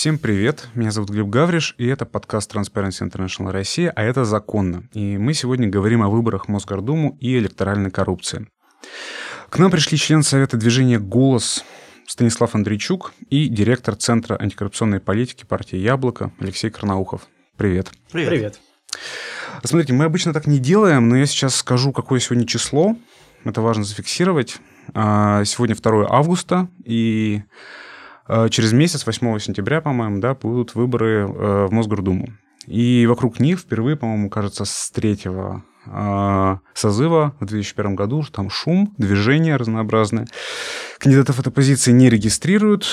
Всем привет, меня зовут Глеб Гавриш, и это подкаст Transparency International Россия, а это «Законно». И мы сегодня говорим о выборах в Мосгордуму и электоральной коррупции. К нам пришли член Совета движения «Голос» Станислав Андрейчук и директор Центра антикоррупционной политики партии «Яблоко» Алексей Карнаухов. Привет. Привет. Смотрите, мы обычно так не делаем, но я сейчас скажу, какое сегодня число. Это важно зафиксировать. Сегодня 2 августа, и через месяц, 8 сентября, по-моему, да, будут выборы в Мосгордуму. И вокруг них впервые, по-моему, кажется, с 3-го созыва в 2001 году там шум, движения разнообразные. Кандидатов от оппозиции не регистрируют.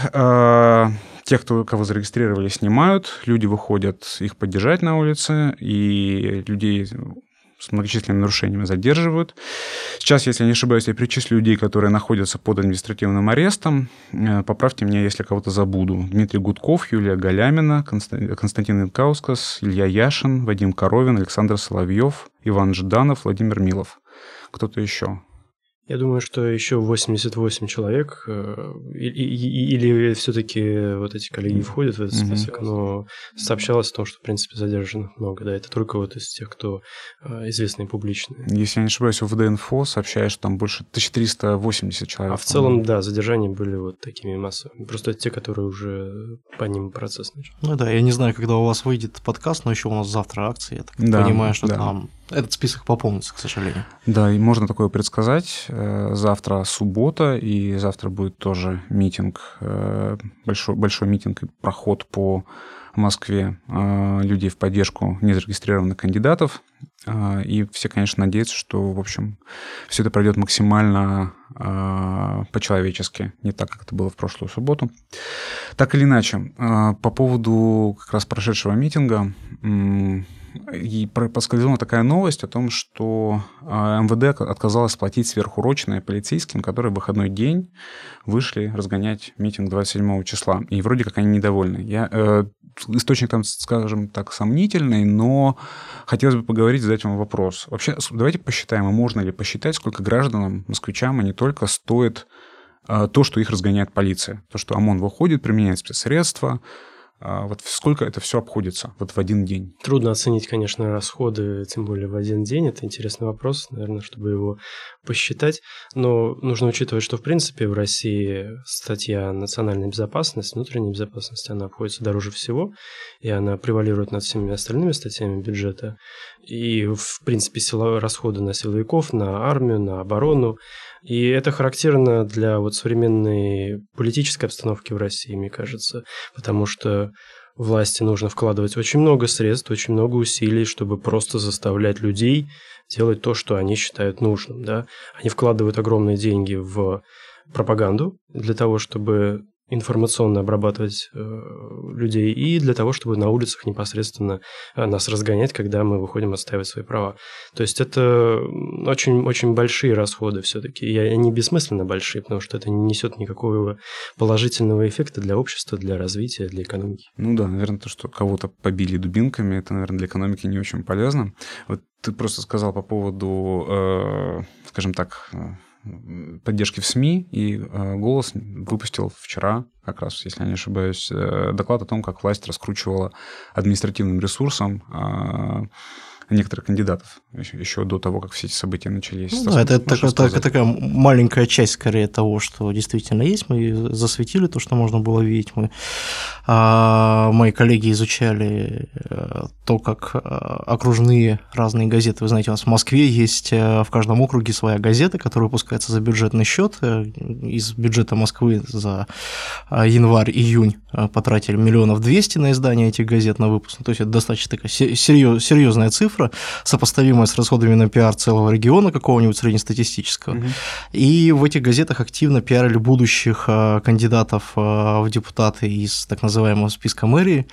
Тех, кого зарегистрировали, снимают. Люди выходят их поддержать на улице, и людей с многочисленными нарушениями задерживают. Сейчас, если я не ошибаюсь, я перечислю людей, которые находятся под административным арестом. Поправьте меня, если кого-то забуду. Дмитрий Гудков, Юлия Галямина, Константин Инкаускас, Илья Яшин, Вадим Коровин, Александр Соловьев, Иван Жданов, Владимир Милов. Кто-то еще? Я думаю, что еще 88 человек, или все-таки вот эти коллеги входят в этот список, но сообщалось о том, что, в принципе, задержанных много, да, это только вот из тех, кто известные публичные. Если я не ошибаюсь, УВД-инфо сообщает, что там больше 1380 человек. А в целом, да, задержания были вот такими массовыми, просто те, которые уже по ним процесс начал. Ну да, я не знаю, когда у вас выйдет подкаст, но еще у нас завтра акция, я так понимаю, что там этот список пополнится, к сожалению. Да, и можно такое предсказать. Завтра суббота, и завтра будет тоже митинг, большой митинг и проход по Москве людей в поддержку незарегистрированных кандидатов. И все, конечно, надеются, что, в общем, все это пройдет максимально по-человечески, не так, как это было в прошлую субботу. Так или иначе, по поводу как раз прошедшего митинга, и проскользнула такая новость о том, что МВД отказалось платить сверхурочные полицейским, которые в выходной день вышли разгонять митинг 27 числа. И вроде как они недовольны. Источник там, скажем так, сомнительный, но хотелось бы поговорить, задать вам вопрос. Вообще, давайте посчитаем, а можно ли посчитать, сколько гражданам, москвичам, а не только стоит то, что их разгоняет полиция. То, что ОМОН выходит, применяет спецсредства. Вот сколько это все обходится вот в один день? Трудно оценить, конечно, расходы, тем более в один день. Это интересный вопрос, наверное, чтобы его посчитать. Но нужно учитывать, что, в принципе, в России статья «Национальная безопасность», внутренняя безопасность, она обходится дороже всего, и она превалирует над всеми остальными статьями бюджета. И, в принципе, расходы на силовиков, на армию, на оборону. И это характерно для вот современной политической обстановки в России, мне кажется, потому что власти нужно вкладывать очень много средств, очень много усилий, чтобы просто заставлять людей делать то, что они считают нужным. Да? Они вкладывают огромные деньги в пропаганду для того, чтобы информационно обрабатывать людей, и для того, чтобы на улицах непосредственно нас разгонять, когда мы выходим отстаивать свои права. То есть это очень большие расходы все-таки, и они бессмысленно большие, потому что это не несет никакого положительного эффекта для общества, для развития, для экономики. Ну да, наверное, то, что кого-то побили дубинками, это, наверное, для экономики не очень полезно. Вот ты просто сказал по поводу, скажем так, поддержки в СМИ, и «Голос» выпустил вчера, как раз, если я не ошибаюсь, доклад о том, как власть раскручивала административным ресурсом некоторых кандидатов еще до того, как все эти события начались. Ну, да, это такая маленькая часть, скорее, того, что действительно есть. Мы засветили то, что можно было видеть. Мои коллеги изучали то, как окружные разные газеты. Вы знаете, у нас в Москве есть в каждом округе своя газета, которая выпускается за бюджетный счет. Из бюджета Москвы за январь-июнь потратили 1 200 000 на издание этих газет, на выпуск. То есть это достаточно такая серьезная цифра, сопоставимая с расходами на пиар целого региона какого-нибудь среднестатистического. И в этих газетах активно пиарили будущих кандидатов в депутаты из так называемого списка мэрии.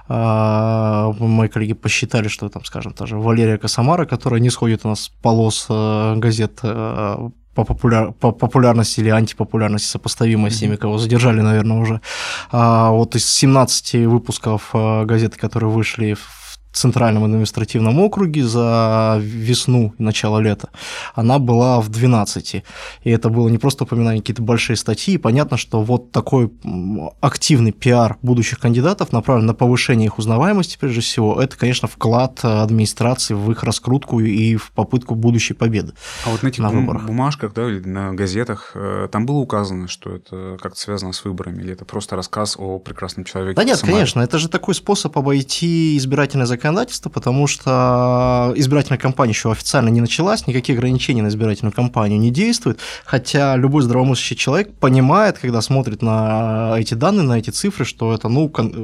Мои коллеги посчитали, что там, скажем, та же Валерия Косомара, которая не сходит у нас с полос газет по популярности или антипопулярности, сопоставимой с теми, кого задержали, наверное, уже. Вот из 17 выпусков газеты, которые вышли в Центральном административном округе за весну и начало лета, она была в 12. И это было не просто упоминание какие-то большие статьи. И понятно, что вот такой активный пиар будущих кандидатов, направлен на повышение их узнаваемости, прежде всего, это, конечно, вклад администрации в их раскрутку и в попытку будущей победы. А вот на этих бумажках, да, или на газетах, там было указано, что это как-то связано с выборами, или это просто рассказ о прекрасном человеке? Да нет, конечно, это же такой способ обойти избирательное законодательство, потому что избирательная кампания еще официально не началась, никаких ограничений на избирательную кампанию не действует, хотя любой здравомыслящий человек понимает, когда смотрит на эти данные, на эти цифры, что это,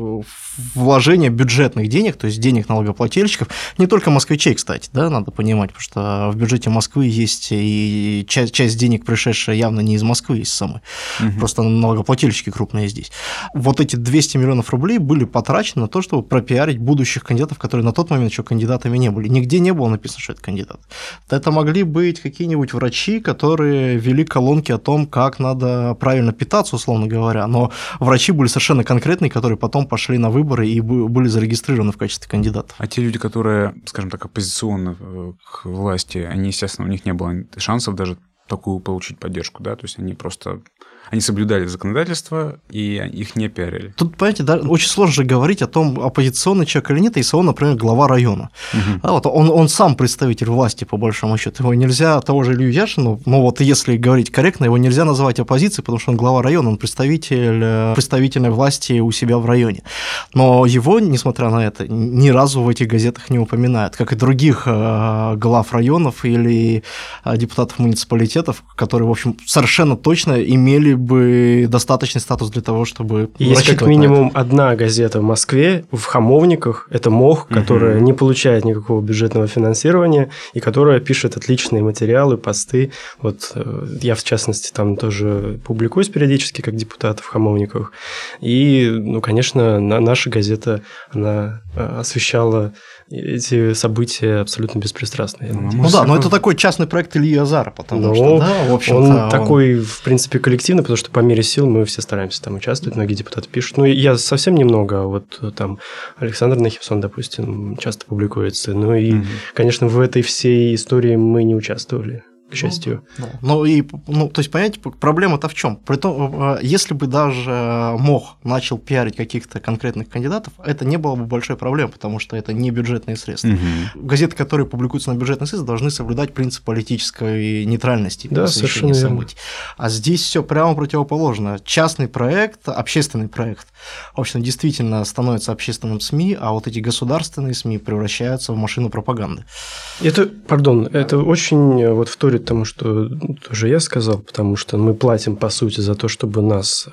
вложение бюджетных денег, то есть денег налогоплательщиков, не только москвичей, кстати, да, надо понимать, потому что в бюджете Москвы есть и часть денег, пришедшая явно не из Москвы, из самой, просто налогоплательщики крупные здесь. Вот эти 200 миллионов рублей были потрачены на то, чтобы пропиарить будущих кандидатов, которые на тот момент еще кандидатами не были. Нигде не было написано, что это кандидат. Это могли быть какие-нибудь врачи, которые вели колонки о том, как надо правильно питаться, условно говоря, но врачи были совершенно конкретные, которые потом пошли на выборы и были зарегистрированы в качестве кандидатов. А те люди, которые, скажем так, оппозиционны к власти, они, естественно, у них не было шансов даже такую получить поддержку, да, то есть они соблюдали законодательство, и их не пиарили. Тут, понимаете, да, очень сложно же говорить о том, оппозиционный человек или нет, если он, например, глава района. Да, вот он сам представитель власти, по большому счету. Его нельзя, того же Илью Яшину, вот если говорить корректно, его нельзя называть оппозицией, потому что он глава района, он представительной власти у себя в районе. Но его, несмотря на это, ни разу в этих газетах не упоминают, как и других глав районов или депутатов муниципалитетов, которые, в общем, совершенно точно имели бы достаточный статус для того, чтобы есть как минимум одна газета в Москве, в Хамовниках, это МОХ, которая не получает никакого бюджетного финансирования и которая пишет отличные материалы, посты. Вот я, в частности, там тоже публикуюсь периодически как депутат в Хамовниках. И, конечно, наша газета, она освещала эти события абсолютно беспристрастно. Но это такой частный проект Ильи Азара, потому что, в общем-то... Он такой, в принципе, коллективный, потому что по мере сил мы все стараемся там участвовать, многие депутаты пишут. Я совсем немного, вот там Александр Нахимсон, допустим, часто публикуется. Конечно, в этой всей истории мы не участвовали. К счастью. То есть, понимаете, проблема-то в чем? Притом, если бы даже МОХ начал пиарить каких-то конкретных кандидатов, это не было бы большой проблемой, потому что это не бюджетные средства. Газеты, которые публикуются на бюджетные средства, должны соблюдать принцип политической нейтральности. Да, совершенно верно. А здесь все прямо противоположно. Частный проект, общественный проект, в общем, действительно становится общественным СМИ, а вот эти государственные СМИ превращаются в машину пропаганды. Это очень вторит тому, что тоже я сказал, потому что мы платим, по сути, за то, чтобы нас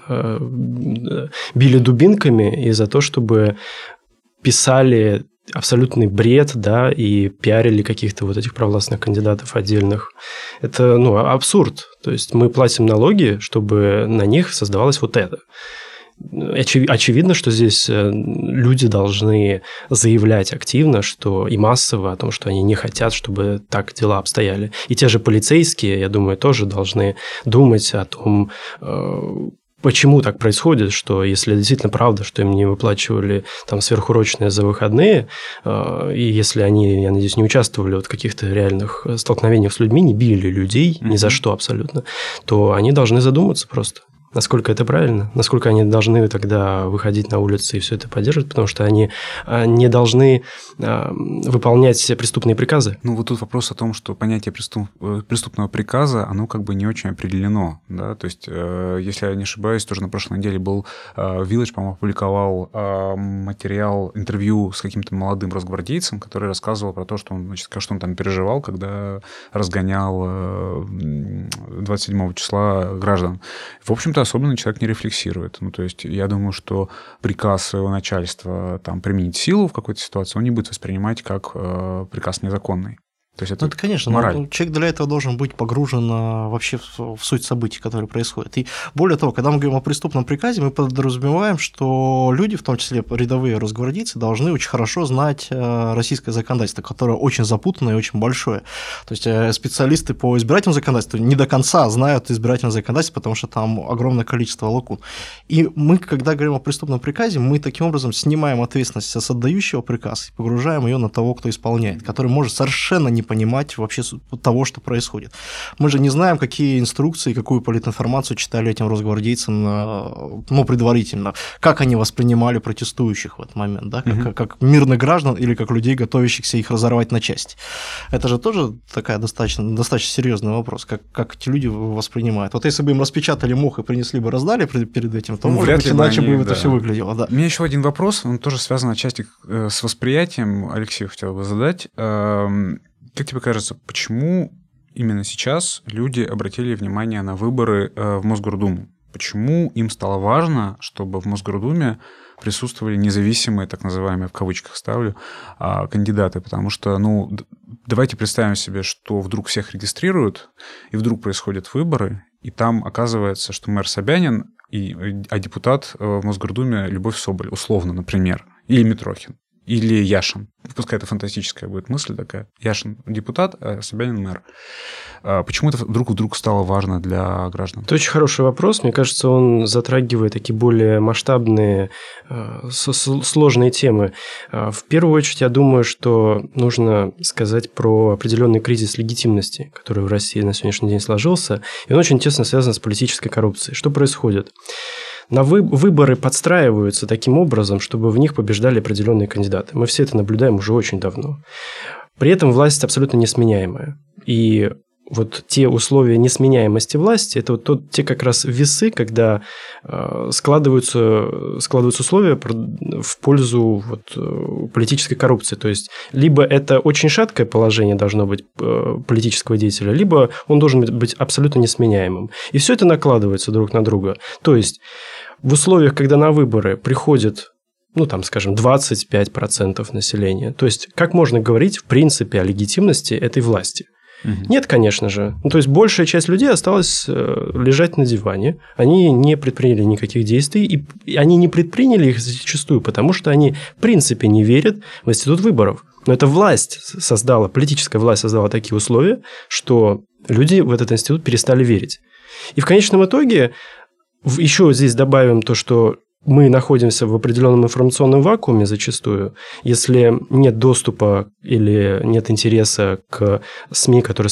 били дубинками, и за то, чтобы писали абсолютный бред, да, и пиарили каких-то вот этих провластных кандидатов отдельных. Это, абсурд. То есть мы платим налоги, чтобы на них создавалось вот это. Очевидно, что здесь люди должны заявлять активно, что и массово о том, что они не хотят, чтобы так дела обстояли. И те же полицейские, я думаю, тоже должны думать о том, почему так происходит, что если действительно правда, что им не выплачивали там сверхурочные за выходные, и если они, я надеюсь, не участвовали в каких-то реальных столкновениях с людьми, не били людей ни за что абсолютно, то они должны задуматься просто. Насколько это правильно, насколько они должны тогда выходить на улицы и все это поддерживать, потому что они не должны выполнять преступные приказы. Вот тут вопрос о том, что понятие преступного приказа, оно как бы не очень определено, да, то есть, если я не ошибаюсь, тоже на прошлой неделе был Village, по-моему, опубликовал материал, интервью с каким-то молодым росгвардейцем, который рассказывал про то, что он там переживал, когда разгонял 27 числа граждан. В общем-то, особенно человек не рефлексирует. То есть я думаю, что приказ своего начальства применить силу в какой-то ситуации, он не будет воспринимать как приказ незаконный. То есть это, конечно, мораль. Человек для этого должен быть погружен вообще в суть событий, которые происходят. И более того, когда мы говорим о преступном приказе, мы подразумеваем, что люди, в том числе рядовые росгвардейцы, должны очень хорошо знать российское законодательство, которое очень запутанное и очень большое. То есть специалисты по избирательному законодательству не до конца знают избирательное законодательство, потому что там огромное количество лакун. И мы, когда говорим о преступном приказе, мы таким образом снимаем ответственность с отдающего приказ и погружаем ее на того, кто исполняет, который может совершенно не понимать вообще того, что происходит. Мы же не знаем, какие инструкции, какую политинформацию читали этим росгвардейцам, предварительно, как они воспринимали протестующих в этот момент, да? Как мирных граждан или как людей, готовящихся их разорвать на части. Это же тоже такая достаточно серьезный вопрос, как эти люди воспринимают. Вот если бы им распечатали мох и принесли бы, раздали перед этим, то, может быть, иначе бы это все выглядело. Да. У меня еще один вопрос, он тоже связан отчасти с восприятием. Алексею хотел бы задать. Как тебе кажется, почему именно сейчас люди обратили внимание на выборы в Мосгордуму? Почему им стало важно, чтобы в Мосгордуме присутствовали независимые, так называемые, в кавычках ставлю, кандидаты? Потому что, давайте представим себе, что вдруг всех регистрируют, и вдруг происходят выборы, и там оказывается, что мэр Собянин, а депутат в Мосгордуме Любовь Соболь, условно, например, или Митрохин. Или Яшин. Пускай это фантастическая будет мысль такая. Яшин депутат, а Собянин мэр. Почему это вдруг стало важно для граждан? Это очень хороший вопрос. Мне кажется, он затрагивает такие более масштабные, сложные темы. В первую очередь, я думаю, что нужно сказать про определенный кризис легитимности, который в России на сегодняшний день сложился. И он очень тесно связан с политической коррупцией. Что происходит? Выборы подстраиваются таким образом, чтобы в них побеждали определенные кандидаты. Мы все это наблюдаем уже очень давно. При этом власть абсолютно несменяемая. И вот те условия несменяемости власти, это вот те как раз весы, когда складываются условия в пользу политической коррупции. То есть, либо это очень шаткое положение должно быть политического деятеля, либо он должен быть абсолютно несменяемым. И все это накладывается друг на друга. То есть, в условиях, когда на выборы приходит, скажем, 25% населения, то есть, как можно говорить, в принципе, о легитимности этой власти? Нет, конечно же. То есть, большая часть людей осталась лежать на диване. Они не предприняли никаких действий, и они не предприняли их зачастую, потому что они, в принципе, не верят в институт выборов. Но эта политическая власть создала такие условия, что люди в этот институт перестали верить. И в конечном итоге, еще здесь добавим то, что мы находимся в определенном информационном вакууме зачастую. Если нет доступа или нет интереса к СМИ, которые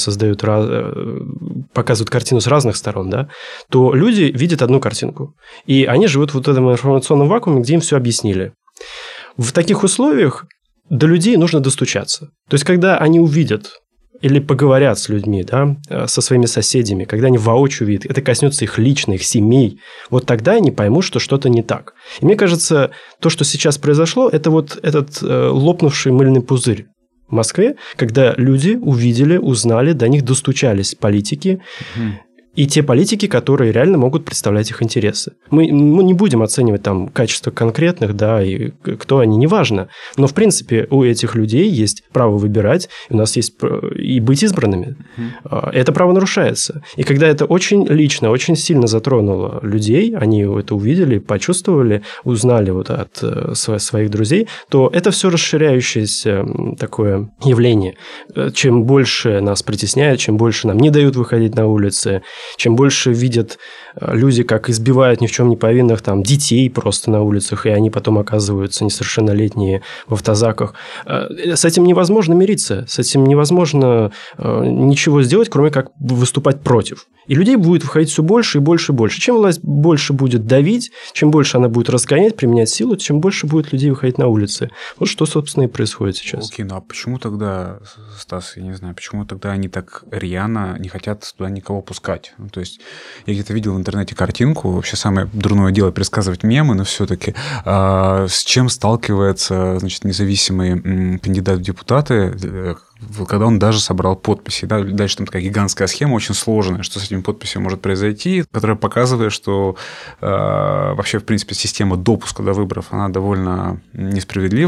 показывают картину с разных сторон, да, то люди видят одну картинку. И они живут в этом информационном вакууме, где им все объяснили. В таких условиях до людей нужно достучаться. То есть, когда они увидят или поговорят с людьми, да, со своими соседями, когда они воочию видят, это коснется их лично, их семей, вот тогда они поймут, что что-то не так. И мне кажется, то, что сейчас произошло, это этот лопнувший мыльный пузырь в Москве, когда люди увидели, узнали, до них достучались политики, и те политики, которые реально могут представлять их интересы. Мы не будем оценивать там качество конкретных, да, и кто они, неважно. Но, в принципе, у этих людей есть право выбирать, у нас есть и быть избранными. Это право нарушается. И когда это очень лично, очень сильно затронуло людей, они это увидели, почувствовали, узнали от своих друзей, то это все расширяющееся такое явление. Чем больше нас притесняют, чем больше нам не дают выходить на улицы, чем больше видят люди, как избивают ни в чем не повинных детей просто на улицах, и они потом оказываются несовершеннолетние в автозаках. С этим невозможно мириться, с этим невозможно ничего сделать, кроме как выступать против. И людей будет выходить все больше и больше и больше. Чем власть больше будет давить, чем больше она будет разгонять, применять силу, чем больше будет людей выходить на улицы. Вот что, собственно, и происходит сейчас. Окей, а почему тогда, Стас, я не знаю, почему тогда они так рьяно не хотят туда никого пускать? То есть, я где-то видел в интернете картинку, вообще самое дурное дело пересказывать мемы, но все-таки с чем сталкивается, независимый кандидат в депутаты, когда он даже собрал подписи. Да? Дальше там такая гигантская схема, очень сложная, что с этими подписями может произойти, которая показывает, что вообще, в принципе, система допуска до выборов, она довольно несправедлива.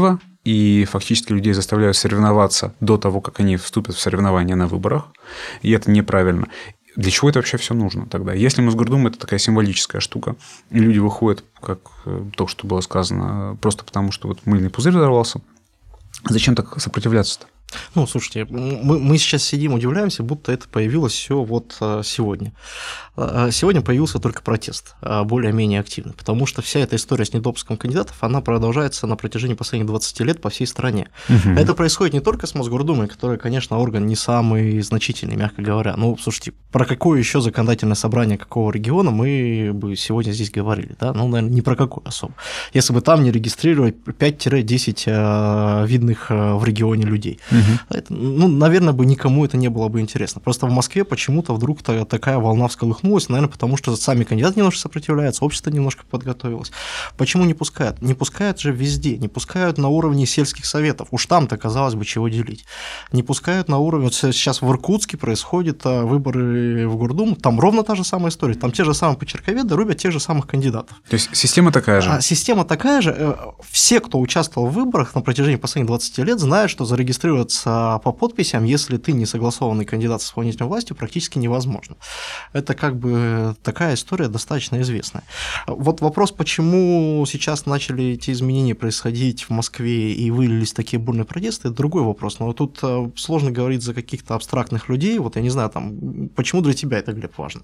и фактически людей заставляют соревноваться до того, как они вступят в соревнования на выборах, и это неправильно. Для чего это вообще все нужно тогда? Если Мосгордума – это такая символическая штука, и люди выходят, как только что было сказано, просто потому, что вот мыльный пузырь взорвался, зачем так сопротивляться-то? Ну, слушайте, мы сейчас сидим, удивляемся, будто это появилось все вот сегодня. Сегодня появился только протест, более-менее активный, потому что вся эта история с недопуском кандидатов, она продолжается на протяжении последних 20 лет по всей стране. Угу. Это происходит не только с Мосгордумой, который, конечно, орган не самый значительный, мягко говоря. Ну, слушайте, про какое еще законодательное собрание какого региона мы бы сегодня здесь говорили, да? Ну, наверное, не про какое особо. Если бы там не регистрировать 5-10 видных в регионе людей. Угу. Это, ну, наверное, бы никому это не было бы интересно. Просто в Москве почему-то вдруг такая волна всколыхнулась, наверное, потому что сами кандидаты немножко сопротивляются, общество немножко подготовилось. Почему не пускают? Не пускают же везде, не пускают на уровне сельских советов. Уж там-то, казалось бы, чего делить. Не пускают на уровне... Вот сейчас в Иркутске происходят выборы в Гордуму, там ровно та же самая история. Там те же самые почерковеды рубят тех же самых кандидатов. То есть система такая же? Система такая же. Все, кто участвовал в выборах на протяжении последних 20 лет, знают, что зарегистрироваться по подписям, если ты не согласованный кандидат с исполнительной властью, практически невозможно. Это как бы такая история достаточно известная. Вот вопрос, почему сейчас начали эти изменения происходить в Москве и вылились такие бурные протесты, это другой вопрос. Но тут сложно говорить за каких-то абстрактных людей. Вот я не знаю, там, почему для тебя это, Глеб, важно?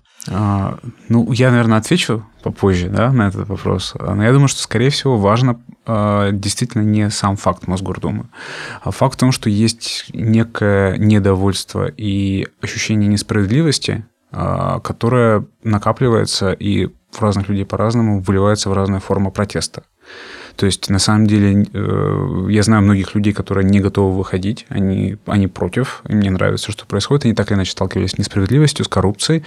Ну, я, наверное, отвечу попозже, да, на этот вопрос. Но я думаю, что, скорее всего, важно действительно не сам факт Мосгордумы, а факт в том, что есть некое недовольство и ощущение несправедливости, которое накапливается и в разных людей по-разному выливается в разные формы протеста. То есть, на самом деле, я знаю многих людей, которые не готовы выходить, они против, им не нравится, что происходит, они так или иначе сталкивались с несправедливостью, с коррупцией,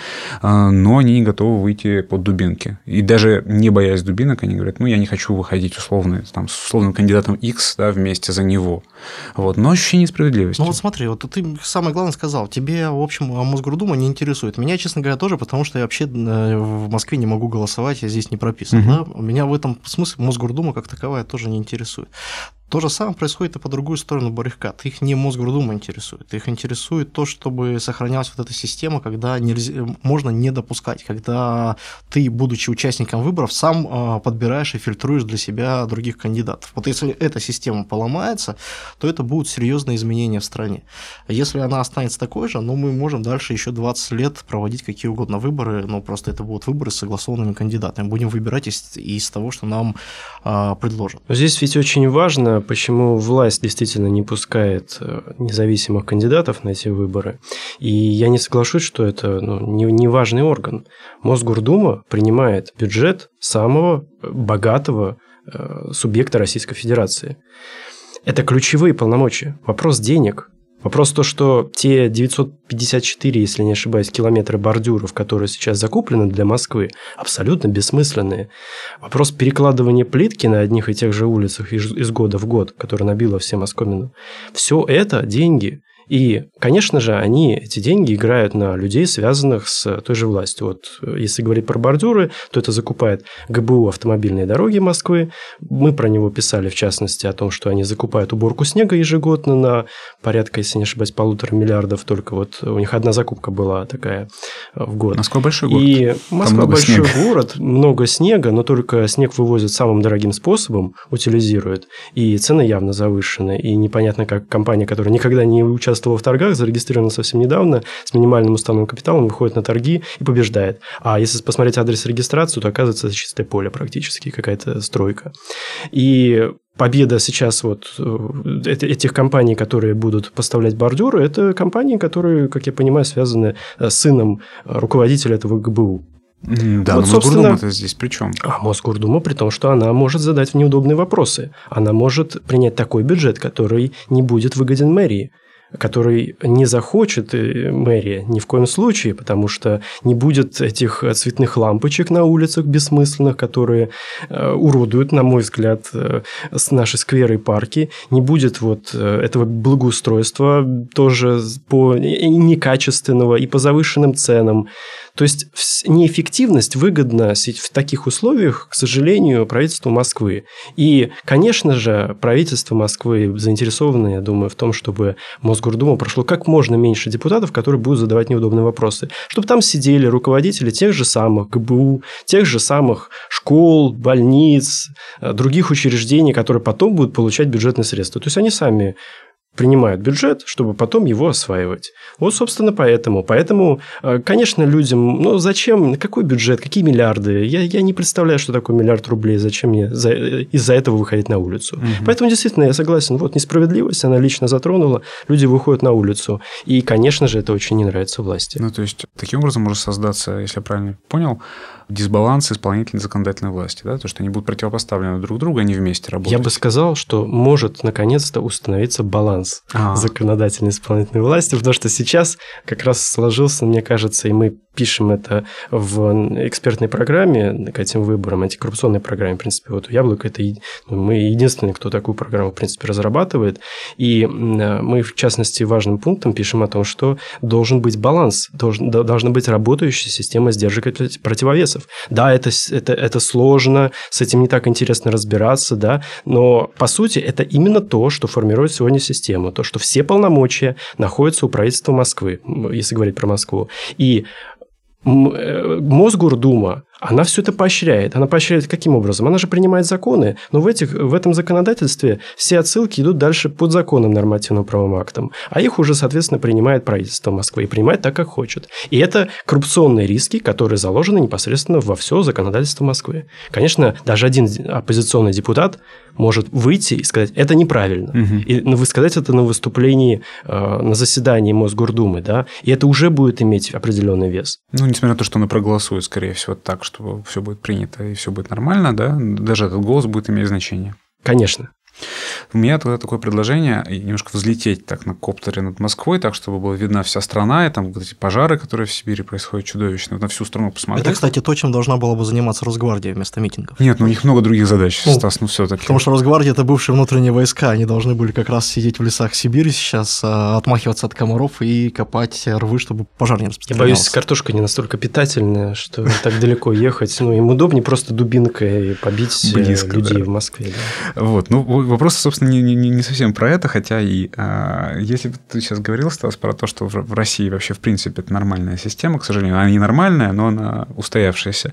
но они не готовы выйти под дубинки. И даже не боясь дубинок, они говорят, ну, я не хочу выходить условно, там, с условным кандидатом X, да, вместе за него. Вот. Но ощущение несправедливости. Ну, вот смотри, вот ты самое главное сказал, тебе, в общем, Мосгордума не интересует. Меня, честно говоря, тоже, потому что я вообще в Москве не могу голосовать, я здесь не прописан. Угу. Да? Меня в этом смысле Мосгордума как таковая тоже не интересует. То же самое происходит и по другую сторону баррикад. Их не Мосгордума интересует. Их интересует то, чтобы сохранялась вот эта система, когда можно не допускать, когда ты, будучи участником выборов, сам подбираешь и фильтруешь для себя других кандидатов. Вот если эта система поломается, то это будут серьезные изменения в стране. Если она останется такой же, ну, мы можем дальше еще 20 лет проводить какие угодно выборы, но просто это будут выборы с согласованными кандидатами. Будем выбирать из того, что нам предложат. Здесь ведь очень важно, почему власть действительно не пускает независимых кандидатов на эти выборы. И я не соглашусь, что это не важный орган. Мосгордума принимает бюджет самого богатого субъекта Российской Федерации. Это ключевые полномочия. Вопрос денег. Вопрос то, что те 954, если не ошибаюсь, километры бордюров, которые сейчас закуплены для Москвы, абсолютно бессмысленные. Вопрос перекладывания плитки на одних и тех же улицах из года в год, которое набило всем оскомину. Все это деньги. И, конечно же, эти деньги играют на людей, связанных с той же властью. Вот если говорить про бордюры, то это закупает ГБУ «Автомобильные дороги Москвы». Мы про него писали, в частности, о том, что они закупают уборку снега ежегодно на порядка, если не ошибаюсь, 1,5 миллиарда. Только вот у них одна закупка была такая в год. Москва большой город. И Москва большой город, много снега, но только снег вывозят самым дорогим способом, утилизируют. И цены явно завышены. И непонятно, как компания, которая никогда не участвовала в торгах, зарегистрирована совсем недавно, с минимальным уставным капиталом, выходит на торги и побеждает. А если посмотреть адрес регистрации, то оказывается это чистое поле практически, какая-то стройка. И победа сейчас вот этих компаний, которые будут поставлять бордюры, это компании, которые, как я понимаю, связаны с сыном руководителя этого ГБУ. Да, вот, но Мосгордума-то здесь при чем? Мосгордума при том, что она может задать неудобные вопросы. Она может принять такой бюджет, который не будет выгоден мэрии, который не захочет мэрия ни в коем случае, потому что не будет этих цветных лампочек на улицах бессмысленных, которые уродуют, на мой взгляд, наши скверы и парки, не будет вот этого благоустройства тоже по некачественного и по завышенным ценам. То есть неэффективность выгодна в таких условиях, к сожалению, правительству Москвы. И, конечно же, правительство Москвы заинтересовано, я думаю, в том, чтобы в Мосгордуму прошло как можно меньше депутатов, которые будут задавать неудобные вопросы. Чтобы там сидели руководители тех же самых ГБУ, тех же самых школ, больниц, других учреждений, которые потом будут получать бюджетные средства. То есть они сами принимают бюджет, чтобы потом его осваивать. Вот, собственно, поэтому. Поэтому, конечно, людям, ну, зачем, какой бюджет, какие миллиарды? Я не представляю, что такое миллиард рублей, зачем мне из-за этого выходить на улицу. Поэтому, действительно, я согласен, вот несправедливость, она лично затронула, люди выходят на улицу. И, конечно же, это очень не нравится власти. Ну, то есть, таким образом может создаться, если я правильно понял, дисбаланс исполнительной и законодательной власти, да? То, что они будут противопоставлены друг другу, они вместе работают. Я бы сказал, что может наконец-то установиться баланс законодательной и исполнительной власти, потому что сейчас как раз сложился, мне кажется, и мы пишем это в экспертной программе к этим выборам, антикоррупционной программе, в принципе, вот у «Яблока» это мы единственные, кто такую программу, в принципе, разрабатывает, и мы, в частности, важным пунктом пишем о том, что должен быть баланс, должна быть работающая система сдержек и противовесов. Да, это сложно, с этим не так интересно разбираться, да, но, по сути, это именно то, что формирует сегодня систему, то, что все полномочия находятся у правительства Москвы, если говорить про Москву, и Мосгордума, она все это поощряет. Она поощряет каким образом? Она же принимает законы, но в этом законодательстве все отсылки идут дальше подзаконным нормативным правовым актам, а их уже, соответственно, принимает правительство Москвы и принимает так, как хочет. И это коррупционные риски, которые заложены непосредственно во все законодательство Москвы. Конечно, даже один оппозиционный депутат может выйти и сказать, это неправильно. И высказать это на выступлении, на заседании Мосгордумы, да, и это уже будет иметь определенный вес. Ну, несмотря на то, что он и проголосует, скорее всего, так, что все будет принято и все будет нормально, да, даже этот голос будет иметь значение. Конечно. У меня тогда такое предложение немножко взлететь так на коптере над Москвой, так, чтобы была видна вся страна, и там вот эти пожары, которые в Сибири происходят, чудовищные, вот на всю страну посмотреть. Это, кстати, то, чем должна была бы заниматься Росгвардия вместо митингов. Нет, ну у них много других задач, Стас, ну все-таки. Потому что Росгвардия – это бывшие внутренние войска, они должны были как раз сидеть в лесах Сибири сейчас, отмахиваться от комаров и копать рвы, чтобы пожар не распространялся. Я боюсь, картошка не настолько питательная, что так далеко ехать. Ну, им удобнее просто дубинкой побить людей в Москве. Вот, ну вопрос, собственно, не совсем про это, хотя и если бы ты сейчас говорил, Стас, про то, что в России вообще в принципе это нормальная система, к сожалению, она не нормальная, но она устоявшаяся.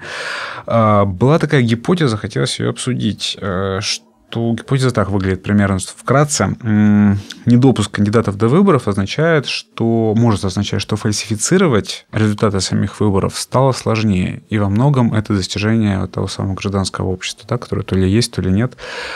Была такая гипотеза, хотелось ее обсудить, что гипотеза так выглядит примерно вкратце. Недопуск кандидатов до выборов может означать, что фальсифицировать результаты самих выборов стало сложнее. И во многом это достижение того самого гражданского общества, да, которое то ли есть, то ли нет.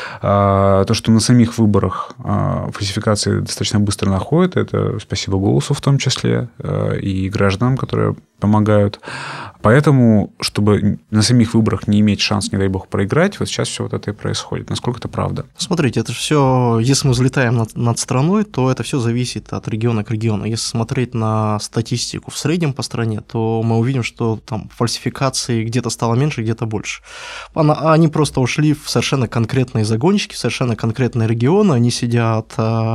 То, что на самих выборах фальсификации достаточно быстро находят, это спасибо «Голосу» в том числе, и гражданам, которые помогают. Поэтому, чтобы на самих выборах не иметь шанс, не дай бог, проиграть, вот сейчас все вот это и происходит. Насколько это правда? Смотрите, это же все, если мы взлетаем над страной, то это все зависит от региона к региону. Если смотреть на статистику в среднем по стране, то мы увидим, что там фальсификаций где-то стало меньше, где-то больше. Они просто ушли в совершенно конкретные загонщики, в совершенно конкретные регионы. Они сидят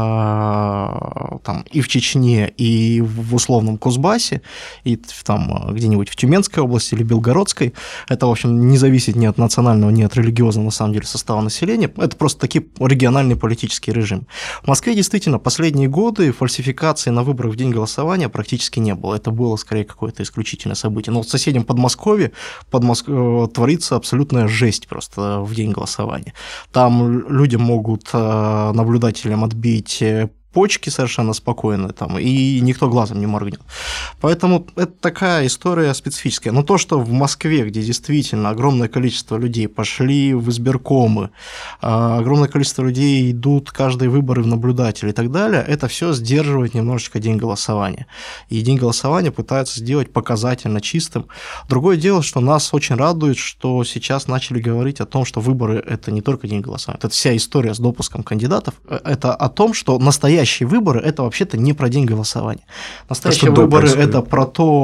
там и в Чечне, и в условном Кузбассе, и там где-нибудь в Тюменской области или Белгородской. Это, в общем, не зависит ни от национального, ни от религиозного, на самом деле, состава населения. Это просто такой региональный политический режим. В Москве действительно последние годы фальсификации на выборах в день голосования практически не было. Это было, скорее, какое-то исключительное событие. Но в соседнем Подмосковье творится абсолютная жесть просто в день голосования. Там люди могут наблюдателям отбить почки совершенно спокойно, там, и никто глазом не моргнет. Поэтому это такая история специфическая. Но то, что в Москве, где действительно огромное количество людей пошли в избиркомы, огромное количество людей идут каждые выборы в наблюдатели и так далее, это все сдерживает немножечко день голосования. И день голосования пытаются сделать показательно чистым. Другое дело, что нас очень радует, что сейчас начали говорить о том, что выборы – это не только день голосования. Это вся история с допуском кандидатов. Это о том, что настоящие выборы – это вообще-то не про день голосования. Настоящие выборы – это про то,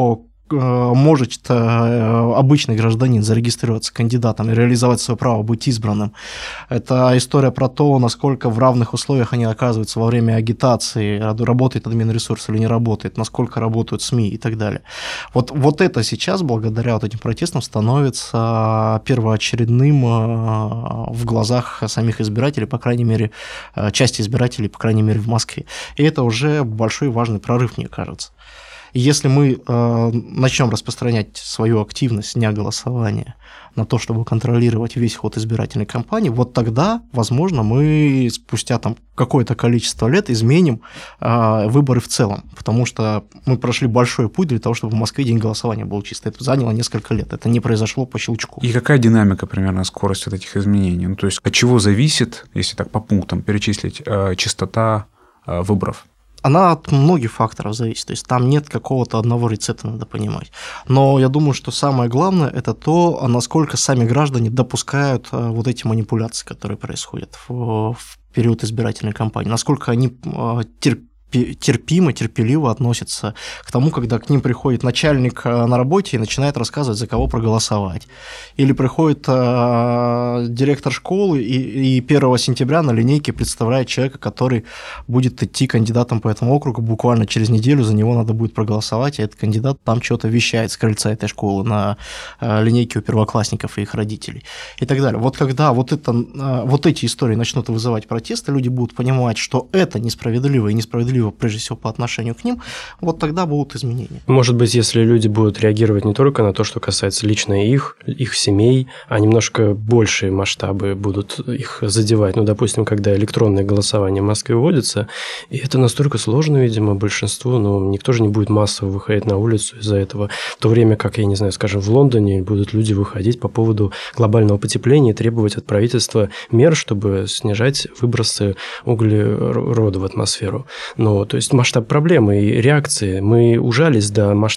может обычный гражданин зарегистрироваться кандидатом и реализовать свое право быть избранным. Это история про то, насколько в равных условиях они оказываются во время агитации, работает админресурс или не работает, насколько работают СМИ и так далее. Вот это сейчас, благодаря вот этим протестам, становится первоочередным в глазах самих избирателей, по крайней мере, части избирателей, по крайней мере, в Москве. И это уже большой важный прорыв, мне кажется. И если мы начнем распространять свою активность дня голосования на то, чтобы контролировать весь ход избирательной кампании, вот тогда, возможно, мы спустя там какое-то количество лет изменим выборы в целом, потому что мы прошли большой путь для того, чтобы в Москве день голосования был чистый. Это заняло несколько лет, это не произошло по щелчку. И какая динамика, примерно, скорость вот этих изменений? Ну, то есть от чего зависит, если так по пунктам перечислить, частота выборов? Она от многих факторов зависит, то есть там нет какого-то одного рецепта, надо понимать. Но я думаю, что самое главное – это то, насколько сами граждане допускают вот эти манипуляции, которые происходят в период избирательной кампании, насколько они терпеливо относятся к тому, когда к ним приходит начальник на работе и начинает рассказывать, за кого проголосовать. Или приходит директор школы и 1 сентября на линейке представляет человека, который будет идти кандидатом по этому округу, буквально через неделю за него надо будет проголосовать, а этот кандидат там что-то вещает с крыльца этой школы на линейке у первоклассников и их родителей и так далее. Вот когда вот эти истории начнут вызывать протесты, люди будут понимать, что это несправедливо и несправедливо прежде всего по отношению к ним, вот тогда будут изменения. Может быть, если люди будут реагировать не только на то, что касается лично их семей, а немножко большие масштабы будут их задевать. Ну, допустим, когда электронное голосование в Москве вводится, и это настолько сложно, видимо, большинству, никто же не будет массово выходить на улицу из-за этого. В то время как, я не знаю, скажем, в Лондоне будут люди выходить по поводу глобального потепления и требовать от правительства мер, чтобы снижать выбросы углерода в атмосферу. То есть масштаб проблемы и реакции. Мы ужались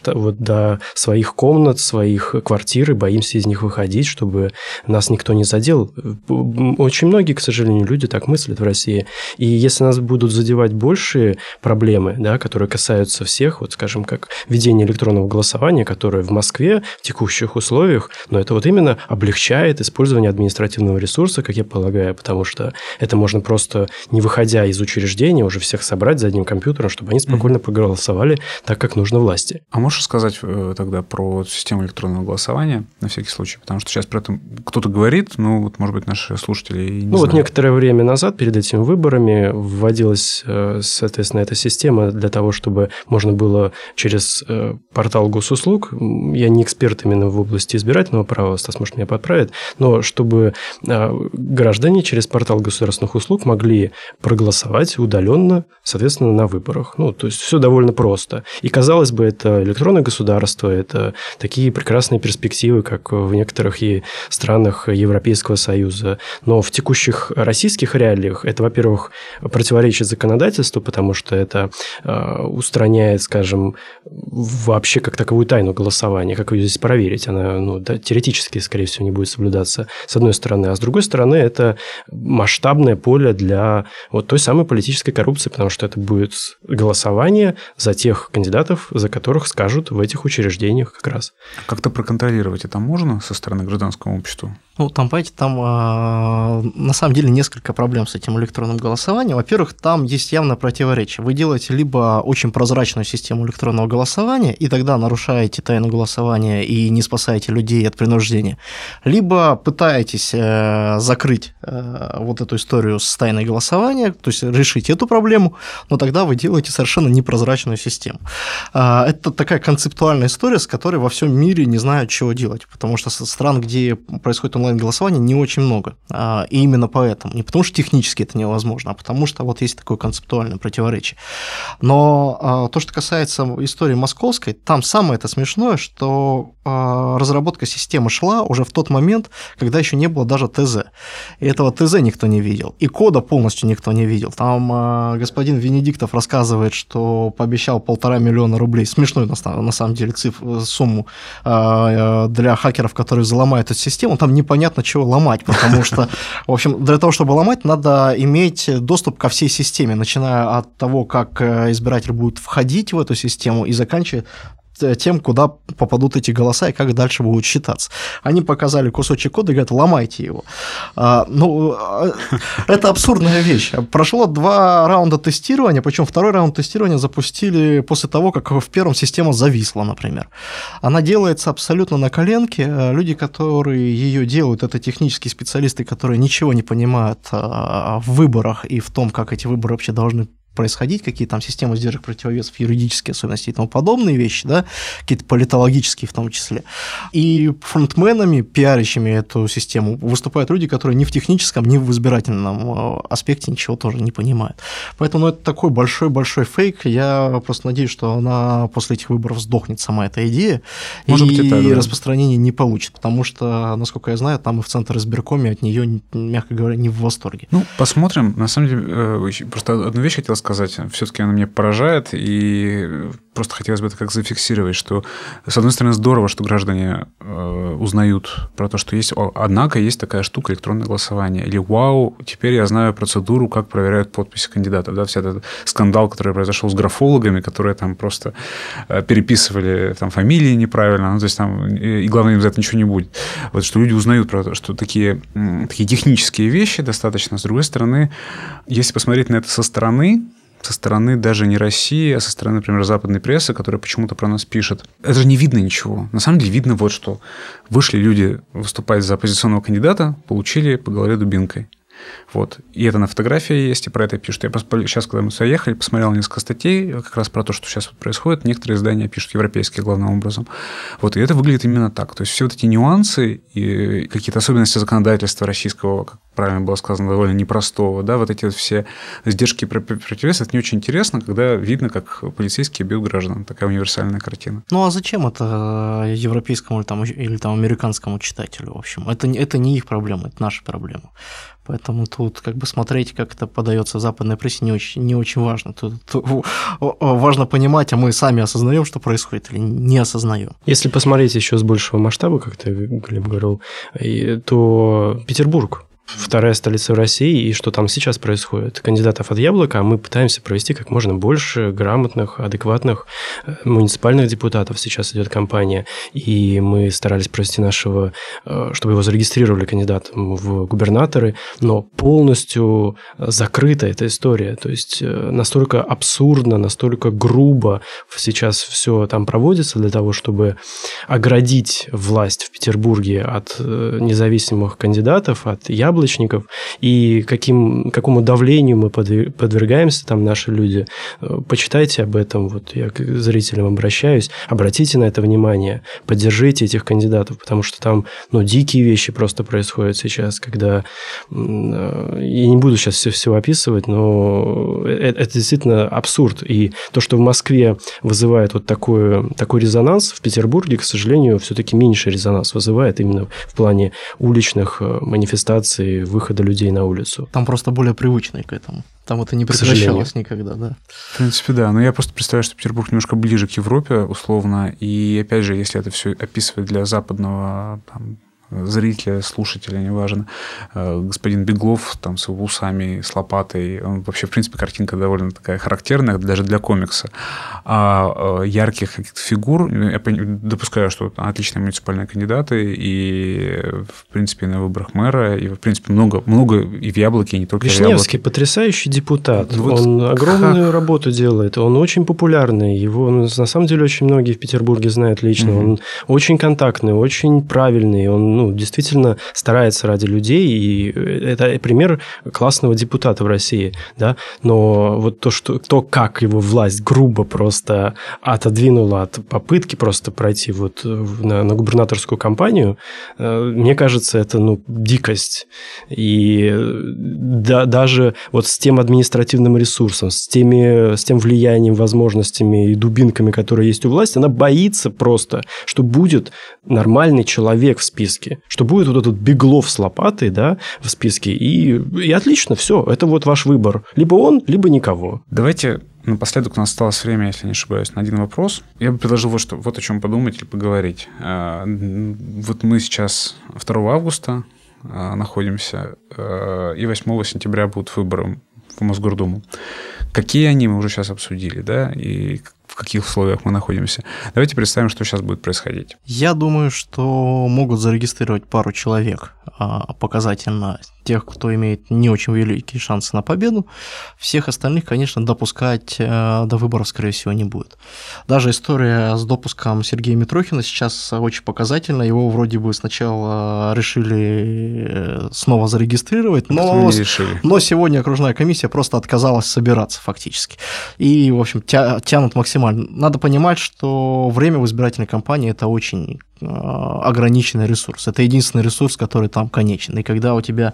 до своих комнат, своих квартир и боимся из них выходить, чтобы нас никто не задел. Очень многие, к сожалению, люди так мыслят в России. И если нас будут задевать большие проблемы, которые касаются всех, скажем, как введение электронного голосования, которое в Москве в текущих условиях, это вот именно облегчает использование административного ресурса, как я полагаю, потому что это можно просто, не выходя из учреждения, уже всех собрать за одним компьютером, чтобы они спокойно проголосовали так, как нужно власти. А можешь сказать тогда про систему электронного голосования, на всякий случай? Потому что сейчас про это кто-то говорит, может быть, наши слушатели и не знают. Некоторое время назад, перед этими выборами, вводилась, соответственно, эта система для того, чтобы можно было через портал госуслуг, я не эксперт именно в области избирательного права, Стас, может, меня подправит, но чтобы граждане через портал государственных услуг могли проголосовать удаленно, соответственно, на выборах. То есть все довольно просто. И, казалось бы, это электронное государство, это такие прекрасные перспективы, как в некоторых и странах Европейского Союза. Но в текущих российских реалиях это, во-первых, противоречит законодательству, потому что это устраняет, скажем, вообще как таковую тайну голосования. Как ее здесь проверить? Она теоретически, скорее всего, не будет соблюдаться, с одной стороны. А с другой стороны, это масштабное поле для той самой политической коррупции, потому что это будет голосование за тех кандидатов, за которых скажут в этих учреждениях как раз. Как-то проконтролировать это можно со стороны гражданского общества? Понимаете, там на самом деле несколько проблем с этим электронным голосованием. Во-первых, там есть явное противоречие. Вы делаете либо очень прозрачную систему электронного голосования, и тогда нарушаете тайну голосования и не спасаете людей от принуждения, либо пытаетесь закрыть вот эту историю с тайной голосования, то есть решить эту проблему, но тогда вы делаете совершенно непрозрачную систему. Это такая концептуальная история, с которой во всем мире не знают, чего делать, потому что стран, где происходит онлайн-голосование, не очень много. И именно поэтому. Не потому что технически это невозможно, а потому что есть такое концептуальное противоречие. Но то, что касается истории московской, там самое это смешное, что разработка системы шла уже в тот момент, когда еще не было даже ТЗ. И этого ТЗ никто не видел. И кода полностью никто не видел. Там господин Венедиктов рассказывает, что пообещал 1,5 миллиона рублей, смешную на самом деле сумму для хакеров, которые взломают эту систему. Там непонятно, чего ломать, потому что, в общем, для того, чтобы ломать, надо иметь доступ ко всей системе, начиная от того, как избиратель будет входить в эту систему и заканчивая тем, куда попадут эти голоса и как дальше будут считаться. Они показали кусочек кода и говорят, ломайте его. Это абсурдная вещь. Прошло 2 раунда тестирования, причем второй раунд тестирования запустили после того, как в первом система зависла, например. Она делается абсолютно на коленке. Люди, которые ее делают, это технические специалисты, которые ничего не понимают в выборах и в том, как эти выборы вообще должны происходить, какие там системы сдержек, противовесов, юридические особенности и тому подобные вещи, да, какие-то политологические в том числе. И фронтменами, пиарящими эту систему выступают люди, которые ни в техническом, ни в избирательном аспекте ничего тоже не понимают. Поэтому это такой большой-большой фейк. Я просто надеюсь, что она после этих выборов сдохнет, сама эта идея, может быть, и так, да. распространение не получит, потому что, насколько я знаю, там и в Центр избиркоме от нее, мягко говоря, не в восторге. Посмотрим. На самом деле, просто одну вещь хотел сказать. Все-таки она меня поражает, и просто хотелось бы это как зафиксировать, что, с одной стороны, здорово, что граждане узнают про то, что есть, однако есть такая штука электронное голосование, или вау, теперь я знаю процедуру, как проверяют подписи кандидатов, да, вся этот скандал, который произошел с графологами, которые там просто переписывали там фамилии неправильно, то есть там, и главное, им за это ничего не будет. Вот что люди узнают про то, что такие технические вещи достаточно. С другой стороны, если посмотреть на это со стороны даже не России, а со стороны, например, западной прессы, которая почему-то про нас пишет. Это же не видно ничего. На самом деле видно вот что. Вышли люди выступать за оппозиционного кандидата, получили по голове дубинкой. Вот. И это на фотографии есть, и про это пишут. Я сейчас, когда мы сюда ехали, посмотрел несколько статей как раз про то, что сейчас происходит. Некоторые издания пишут, европейские главным образом. Вот. И это выглядит именно так. То есть все вот эти нюансы и какие-то особенности законодательства российского, как правильно было сказано, довольно непростого, да, вот эти вот все сдержки и противовесы, это не очень интересно, когда видно, как полицейские бьют граждан. Такая универсальная картина. Ну, а зачем это европейскому или там американскому читателю, в общем? Это не их проблема, это наша проблема. Поэтому тут как бы смотреть, как это подается в западной прессе, не очень важно. Тут важно понимать, а мы сами осознаем, что происходит, или не осознаем. Если посмотреть еще с большего масштаба, как ты, Глеб, говорил, то Петербург. Вторая столица России, и что там сейчас происходит? Кандидатов от яблока, а мы пытаемся провести как можно больше грамотных, адекватных муниципальных депутатов. Сейчас идет кампания, и мы старались провести нашего, чтобы его зарегистрировали кандидатом в губернаторы, но полностью закрыта эта история. То есть настолько абсурдно, настолько грубо сейчас все там проводится для того, чтобы оградить власть в Петербурге от независимых кандидатов, от яблочников, и какому давлению мы подвергаемся, там наши люди. Почитайте об этом, вот я к зрителям обращаюсь, обратите на это внимание, поддержите этих кандидатов, потому что там, дикие вещи просто происходят сейчас, когда, я не буду сейчас все описывать, но это действительно абсурд, и то, что в Москве вызывает вот такой резонанс, в Петербурге, к сожалению, все-таки меньше резонанс вызывает именно в плане уличных манифестаций, выхода людей на улицу. Там просто более привычные к этому. Там это не прекращалось никогда, да. В принципе, да. Но я просто представляю, что Петербург немножко ближе к Европе, условно. И, опять же, если это все описывать для западного зрителя, слушателя, неважно, господин Беглов там с усами, с лопатой, он вообще, в принципе, картинка довольно такая характерная даже для комикса. А ярких каких-то фигур, я допускаю, что отличные муниципальные кандидаты, и, в принципе, на выборах мэра, и, в принципе, много и в Яблоке, и не только Вишневский, в Яблоке. потрясающий депутат. Он огромную работу делает, он очень популярный, его, на самом деле, очень многие в Петербурге знают лично, он очень контактный, очень правильный, он действительно старается ради людей, и это пример классного депутата в России, да, но вот как его власть грубо просто отодвинула от попытки просто пройти вот на губернаторскую кампанию, мне кажется, это, дикость, и даже вот с тем административным ресурсом, с тем влиянием, возможностями и дубинками, которые есть у власти, она боится просто, что будет нормальный человек в списке, что будет вот этот Беглов с лопатой, да, в списке, и отлично, все, это вот ваш выбор. Либо он, либо никого. Давайте напоследок, у нас осталось время, если не ошибаюсь, на один вопрос. Я бы предложил вот о чем подумать или поговорить. Вот мы сейчас 2 августа находимся, и 8 сентября будут выборы в Мосгордуму. Какие они, мы уже сейчас обсудили, да, и в каких условиях мы находимся. Давайте представим, что сейчас будет происходить. Я думаю, что могут зарегистрировать пару человек показательно, тех, кто имеет не очень великие шансы на победу. Всех остальных, конечно, допускать до выборов, скорее всего, не будет. Даже история с допуском Сергея Митрохина сейчас очень показательна. Его вроде бы сначала решили снова зарегистрировать, но сегодня окружная комиссия просто отказалась собираться фактически. И, в общем, тянут максимально. Надо понимать, что время в избирательной кампании – это очень ограниченный ресурс. Это единственный ресурс, который там конечен. И когда у тебя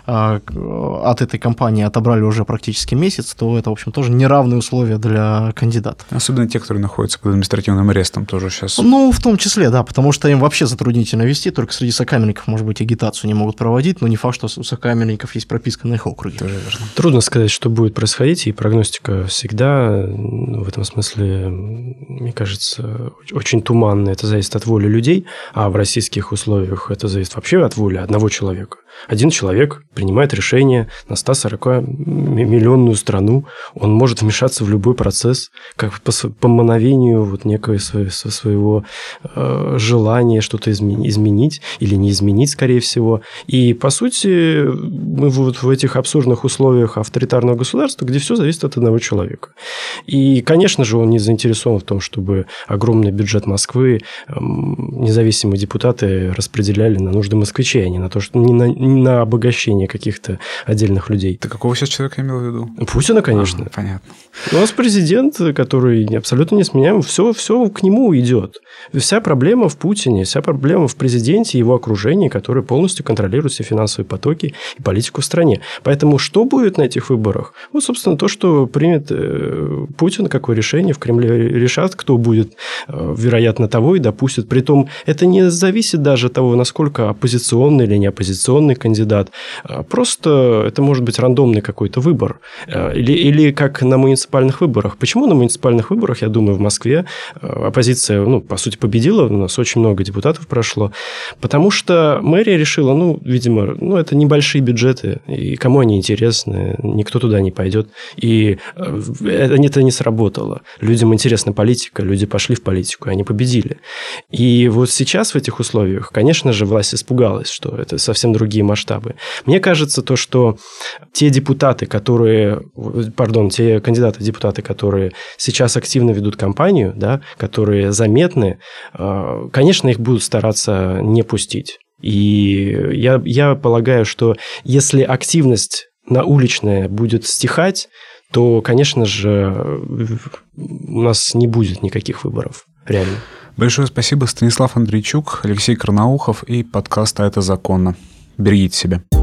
от этой кампании отобрали уже практически месяц, то это, в общем, тоже неравные условия для кандидатов. Особенно те, которые находятся под административным арестом, тоже сейчас. Ну, в том числе, да, потому что им вообще затруднительно вести, только среди сокамерников, может быть, агитацию не могут проводить, но не факт, что у сокамерников есть прописка на их округе. Тоже верно. Трудно сказать, что будет происходить, и прогностика всегда в этом смысле, мне кажется, очень туманная. Это зависит от воли людей, а в российских условиях это зависит вообще от воли одного человека. Один человек принимает решение на 140-миллионную страну, он может вмешаться в любой процесс, как по мановению вот некого своего желания что-то изменить или не изменить, скорее всего. И, по сути, мы вот в этих абсурдных условиях авторитарного государства, где все зависит от одного человека. И, конечно же, он не заинтересован в том, чтобы огромный бюджет Москвы независимые депутаты распределяли на нужды москвичей, а не на то, что не на обогащение каких-то отдельных людей. Ты какого сейчас человека имел в виду? Путина, конечно. Понятно. У нас президент, который абсолютно несменяем, все к нему идет. Вся проблема в Путине, вся проблема в президенте и его окружении, который полностью контролирует все финансовые потоки и политику в стране. Поэтому что будет на этих выборах? Вот, собственно, то, что примет Путин, какое решение в Кремле решат, кто будет, вероятно, того и допустит. Притом это не зависит даже от того, насколько оппозиционный или не оппозиционный кандидат. Просто это может быть рандомный какой-то выбор. Или как на муниципальных выборах. Почему на муниципальных выборах, я думаю, в Москве оппозиция, по сути, победила, у нас очень много депутатов прошло, потому что мэрия решила, видимо, это небольшие бюджеты, и кому они интересны, никто туда не пойдет, и это не сработало. Людям интересна политика, люди пошли в политику, и они победили. И вот сейчас в этих условиях, конечно же, власть испугалась, что это совсем другие масштабы. Мне кажется, что те кандидаты в депутаты, которые сейчас активно ведут кампанию, да, которые заметны, конечно, их будут стараться не пустить. И я полагаю, что если активность уличная будет стихать, то, конечно же, у нас не будет никаких выборов. Реально. Большое спасибо. Станислав Андрейчук, Алексей Карнаухов и подкаст «А это законно». Берегите себя.